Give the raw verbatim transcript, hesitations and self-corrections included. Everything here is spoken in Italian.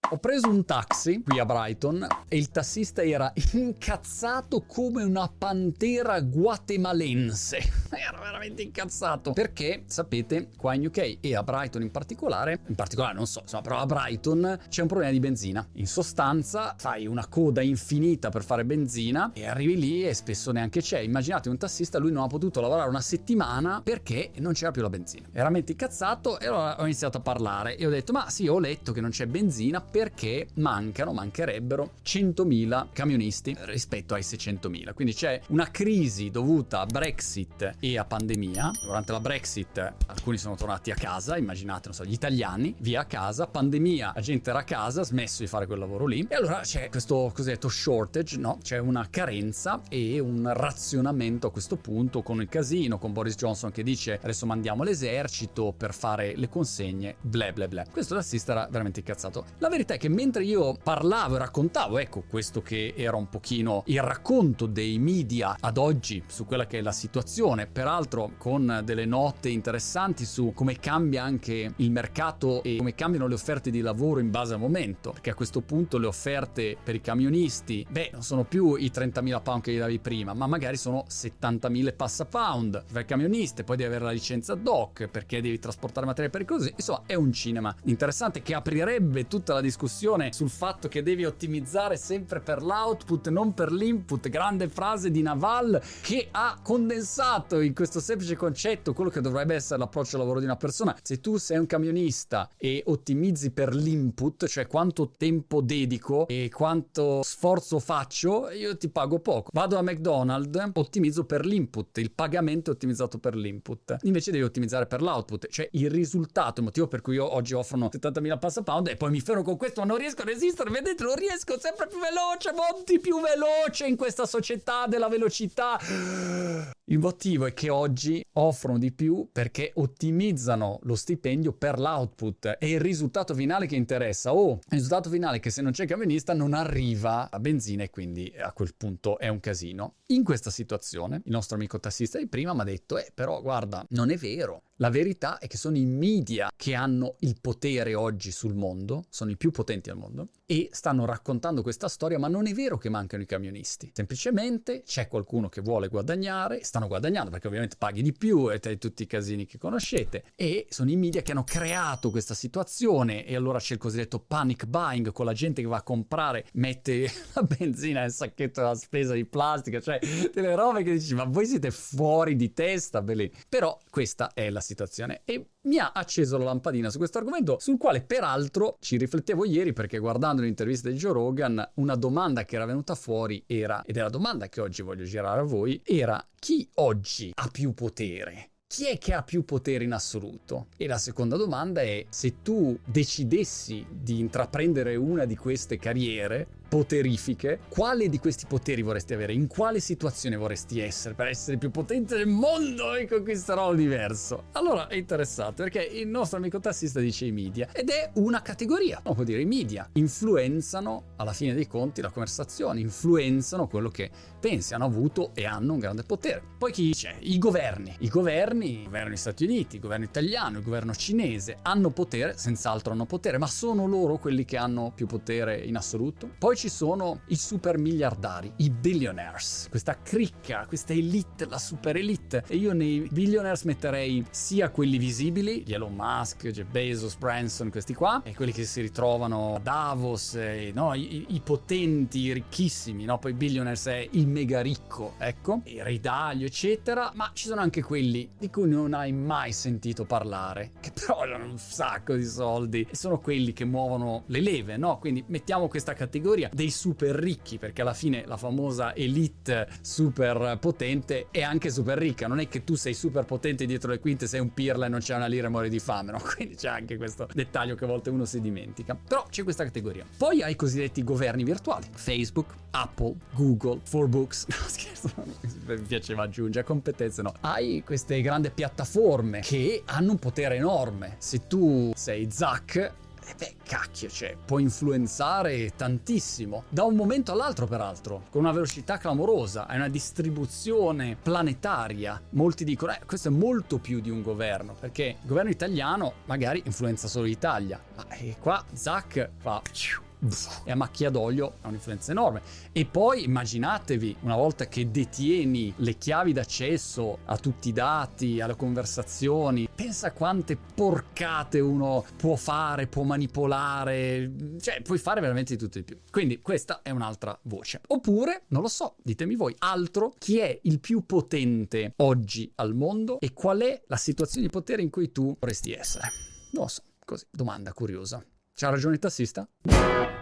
Ho preso un taxi qui a Brighton e il tassista era incazzato come una pantera guatemalense. Era veramente incazzato perché, sapete, qua in U K e a Brighton in particolare, in particolare non so, insomma, però a Brighton c'è un problema di benzina. In sostanza fai una coda infinita per fare benzina e arrivi lì e spesso neanche c'è. Immaginate un tassista, lui non ha potuto lavorare una settimana perché non c'era più la benzina. Veramente incazzato, e allora ho iniziato a parlare e ho detto: ma sì, ho letto che non c'è benzina perché mancano, mancherebbero centomila camionisti rispetto ai seicentomila. Quindi c'è una crisi dovuta a Brexit e a pandemia. Durante la Brexit alcuni sono tornati a casa, immaginate, non so, gli italiani via a casa, pandemia, la gente era a casa, ha smesso di fare quel lavoro lì, e allora c'è questo cosiddetto shortage, no? C'è una carenza e un razionamento a questo punto, con il casino, con Boris Johnson che dice adesso mandiamo l'esercito per fare le consegne, bla bla bla. Questo tassista era veramente incazzato. La verità è che mentre io parlavo e raccontavo, ecco, questo che era un pochino il racconto dei media ad oggi su quella che è la situazione, peraltro con delle note interessanti su come cambia anche il mercato e come cambiano le offerte di lavoro in base al momento, perché a questo punto le offerte per i camionisti, beh, non sono più i trentamila pound che gli davi prima, ma magari sono settantamila passa pound per il camionista, poi devi avere la licenza D O C perché devi trasportare materie pericolose. Insomma, è un cinema interessante che aprirebbe tutta la discussione sul fatto che devi ottimizzare sempre per l'output, non per l'input. Grande frase di Naval che ha condensato in questo semplice concetto quello che dovrebbe essere l'approccio al lavoro di una persona. Se tu sei un camionista e ottimizzi per l'input, cioè quanto tempo dedico e quanto sforzo faccio, io ti pago poco. Vado a McDonald's, ottimizzo per l'input, il pagamento è ottimizzato per l'input, invece devi ottimizzare per l'output, cioè il risultato, il motivo per cui io oggi offrono settantamila passa pound e poi mi fermo con questo, ma non riesco a resistere, vedete, non riesco, sempre più veloce, molti più veloce in questa società della velocità. Il motivo è che oggi offrono di più perché ottimizzano lo stipendio per l'output, e il risultato finale che interessa. Oh, il risultato finale è che se non c'è camionista non arriva a benzina e quindi a quel punto è un casino. In questa situazione il nostro amico tassista di prima mi ha detto: eh però guarda, non è vero. La verità è che sono i media che hanno il potere oggi sul mondo, sono i più potenti al mondo, e stanno raccontando questa storia, ma non è vero che mancano i camionisti. Semplicemente c'è qualcuno che vuole guadagnare, stanno guadagnando perché ovviamente paghi di più e tutti i casini che conoscete, e sono i media che hanno creato questa situazione, e allora c'è il cosiddetto panic buying, con la gente che va a comprare, mette la benzina nel sacchetto della spesa di plastica, cioè delle robe che dici: ma voi siete fuori di testa, belli. Però questa è la situazione, e mi ha acceso la lampadina su questo argomento, sul quale peraltro ci riflettevo ieri, perché guardando l'intervista di Joe Rogan una domanda che era venuta fuori era, ed è la domanda che oggi voglio girare a voi, era: chi oggi ha più potere? Chi è che ha più potere in assoluto? E la seconda domanda è: se tu decidessi di intraprendere una di queste carriere poterifiche, quale di questi poteri vorresti avere? In quale situazione vorresti essere per essere più potente del mondo e conquisterò l'universo? Allora è interessante perché il nostro amico tassista dice i media, ed è una categoria, non può dire. I media influenzano alla fine dei conti la conversazione, influenzano quello che pensi, hanno avuto e hanno un grande potere. Poi chi c'è? I governi. I governi, il governo degli Stati Uniti, il governo italiano, il governo cinese hanno potere, senz'altro hanno potere, ma sono loro quelli che hanno più potere in assoluto? Poi ci sono i super miliardari, i billionaires, questa cricca, questa elite, la super elite, e io nei billionaires metterei sia quelli visibili, gli Elon Musk, Jeff Bezos, Branson, questi qua, e quelli che si ritrovano a Davos, e, no, i, i potenti, i ricchissimi, no? Poi billionaires è il mega ricco, ecco, il Ray Dalio, eccetera, ma ci sono anche quelli di cui non hai mai sentito parlare, che però hanno un sacco di soldi, e sono quelli che muovono le leve, no? Quindi mettiamo questa categoria dei super ricchi, perché alla fine la famosa elite super potente è anche super ricca, non è che tu sei super potente dietro le quinte, sei un pirla e non c'è una lira e muori di fame, no? Quindi c'è anche questo dettaglio che a volte uno si dimentica, però c'è questa categoria. Poi hai i cosiddetti governi virtuali: Facebook, Apple, Google, four books, no scherzo, mi piaceva aggiungere competenze, no, hai queste grandi piattaforme che hanno un potere enorme. Se tu sei Zuck, E beh, cacchio, cioè, può influenzare tantissimo. Da un momento all'altro, peraltro, con una velocità clamorosa. Hai una distribuzione planetaria. Molti dicono, eh, questo è molto più di un governo, perché il governo italiano magari influenza solo l'Italia. Ma eh, qua Zac fa... e a macchia d'olio ha un'influenza enorme. E poi immaginatevi, una volta che detieni le chiavi d'accesso a tutti i dati, alle conversazioni, pensa quante porcate uno può fare, può manipolare, cioè puoi fare veramente di tutto e di più. Quindi questa è un'altra voce. Oppure, non lo so, ditemi voi, altro, chi è il più potente oggi al mondo e qual è la situazione di potere in cui tu vorresti essere? Non lo so, così, domanda curiosa. C'ha ragione il tassista?